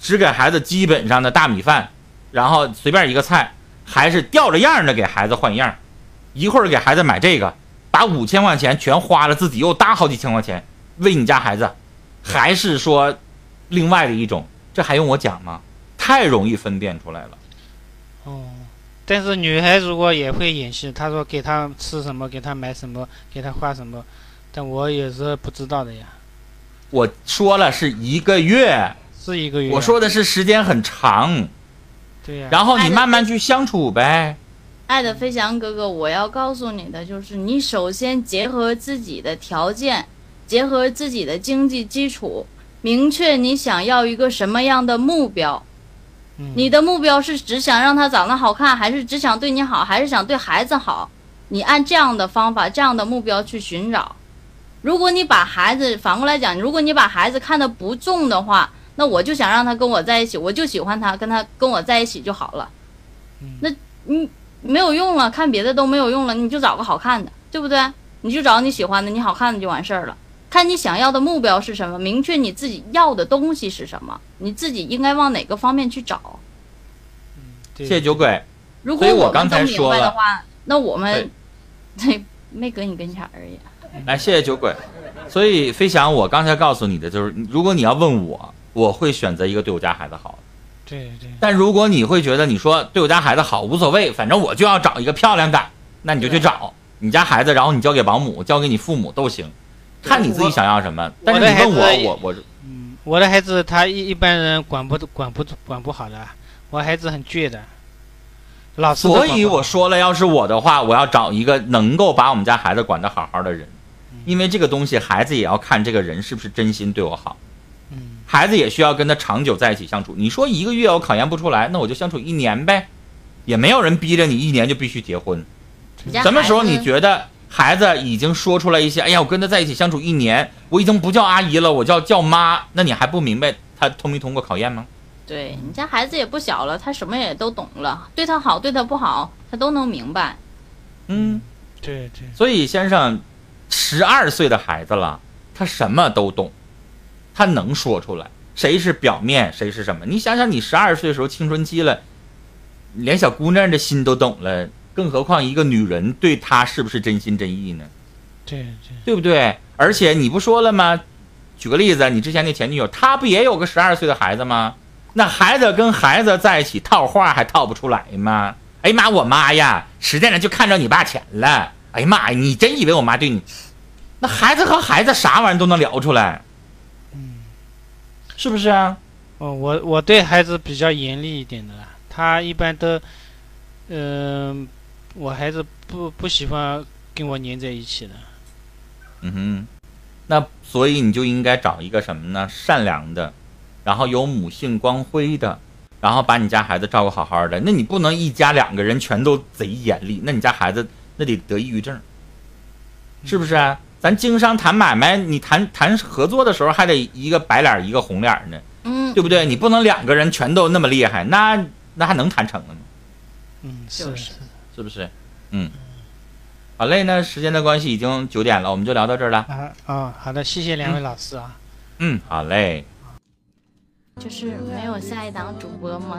只给孩子基本上的大米饭，然后随便一个菜，还是吊着样的给孩子换样，一会儿给孩子买这个，把五千块钱全花了，自己又搭好几千块钱喂你家孩子，还是说另外的一种，这还用我讲吗？太容易分辨出来了。 哦，但是女孩如果也会演戏，她说给她吃什么，给她买什么，给她花什么，但我也是不知道的呀。 我说了是一个月， 是一个月。 我说的是时间很长。 对呀。 然后你慢慢去相处呗。 爱的飞翔哥哥，我要告诉你的就是，你首先结合自己的条件，结合自己的经济基础，明确你想要一个什么样的目标。 嗯、 你的目标是只想让他长得好看，还是只想对你好，还是想对孩子好？你按这样的方法，这样的目标去寻找。如果你把孩子反过来讲，如果你把孩子看得不重的话，那我就想让他跟我在一起，我就喜欢他，跟他跟我在一起就好了。 嗯、 那你没有用了，看别的都没有用了，你就找个好看的，对不对？你就找你喜欢的，你好看的就完事儿了。看你想要的目标是什么，明确你自己要的东西是什么，你自己应该往哪个方面去找。 嗯、 谢谢酒鬼。 如果我们都明白的话，那我们对没搁你跟前而已。 来，谢谢酒鬼。所以飞翔，我刚才告诉你的就是，如果你要问我，我会选择一个对我家孩子好。 对对。 但如果你会觉得你说对我家孩子好无所谓，反正我就要找一个漂亮的，那你就去找你家孩子，然后你交给保姆，交给你父母都行，看你自己想要什么。但是你问我，我我嗯，我的孩子他一一般人管不管不管不好的，我孩子很倔的。老师， 所以我说了，要是我的话，我要找一个能够把我们家孩子管得好好的人，因为这个东西孩子也要看这个人是不是真心对我好， 嗯， 孩子也需要跟他长久在一起相处。你说一个月我考验不出来，那我就相处一年呗，也没有人逼着你一年就必须结婚。什么时候你觉得孩子已经说出来一些，哎呀，我跟他在一起相处一年，我已经不叫阿姨了，我叫叫妈，那你还不明白他通没通过考验吗？ 对，你家孩子也不小了，他什么也都懂了，对他好对他不好他都能明白。 嗯， 对对。 所以先生十二岁的孩子了，他什么都懂，他能说出来谁是表面谁是什么。你想想你十二岁的时候青春期了，连小姑娘的心都懂了，更何况一个女人对他是不是真心真意呢？ 对对， 对不对？而且你不说了吗？举个例子，你之前那前女友她不也有个十二岁的孩子吗？那孩子跟孩子在一起套话还套不出来吗？哎呀妈，我妈呀，实在上就看着你爸钱了。哎呀妈呀，你真以为我妈对你？那孩子和孩子啥玩意儿都能聊出来， 嗯， 是不是啊？ 哦，我我对孩子比较严厉一点的啦，他一般都，嗯、呃，我孩子不不喜欢跟我黏在一起的。 嗯哼，那所以你就应该找一个什么呢？善良的。然后有母性光辉的，然后把你家孩子照顾好好的。那你不能一家两个人全都贼严厉，那你家孩子那得得抑郁症，是不是啊？咱经商谈买卖，你谈谈合作的时候还得一个白脸一个红脸呢， 嗯， 对不对？你不能两个人全都那么厉害，那那还能谈成了吗？ 嗯，是是是不是？嗯，好嘞，那时间的关系已经九点了，我们就聊到这儿了。 啊哦，好的，谢谢两位老师啊。 嗯，好嘞。 就是没有下一档主播吗？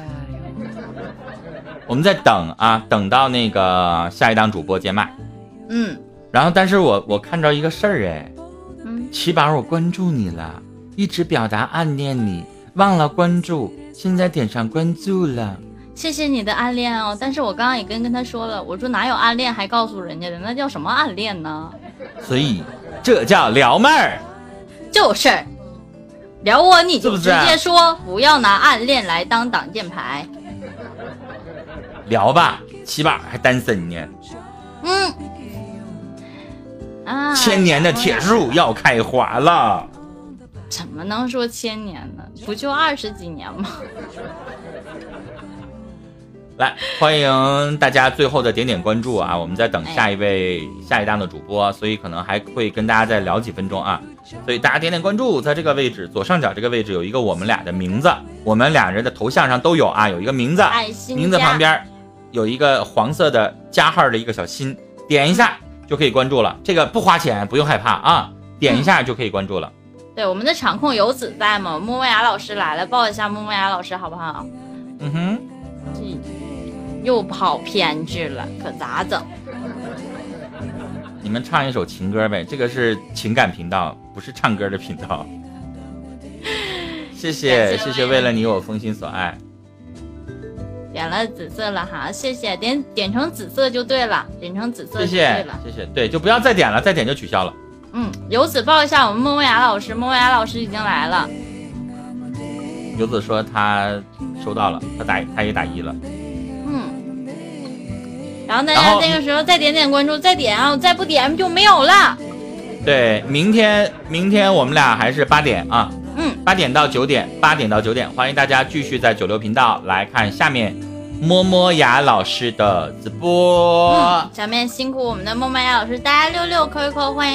我们在等啊，等到那个下一档主播接麦。 嗯， 然后但是我我看着一个事儿哎， 嗯， 七宝我关注你了，一直表达暗恋你，忘了关注，现在点上关注了。 谢谢你的暗恋哦，但是我刚刚也跟跟他说了，我说哪有暗恋还告诉人家的，那叫什么暗恋呢？ 所以这叫撩妹儿， 就是。聊我你就直接说， 是不是啊、 不要拿暗恋来当挡箭牌。 聊吧，七宝还单身呢。 嗯，啊， 千年的铁树要开花了。 怎么能说千年呢？不就二十几年吗？ 来，欢迎大家最后的点点关注啊！我们在等下一位、哎、下一档的主播，所以可能还会跟大家再聊几分钟啊。所以大家点点关注，在这个位置左上角这个位置有一个我们俩的名字，我们俩人的头像上都有啊，有一个名字，名字旁边有一个黄色的加号的一个小心，点一下就可以关注了。这个不花钱，不用害怕啊，点一下就可以关注了。 对，我们的场控游子在吗？莫莫雅老师来了，抱一下莫莫雅老师好不好？ 嗯哼， 又跑偏去了，可咋整？ 你们唱一首情歌呗，这个是情感频道，不是唱歌的频道。谢谢谢谢，为了你我封心所爱。 点了紫色了哈，谢谢，点点成紫色就对了，点成紫色就对了，谢谢谢谢，对，就不要再点了，再点就取消了。 嗯，游子抱一下我们莫莫雅老师，莫莫雅老师已经来了。 游子说他收到了，他打他也打一了。 嗯，然后大家那个时候再点点关注，再点啊，再不点就没有了。 对，明天明天我们俩还是八点啊， 嗯， 八点到九点，八点到九点，欢迎大家继续在九六频道来看下面摸摸雅老师的直播。 嗯，下面辛苦我们的莫莫雅老师，大家六六扣一扣，欢迎。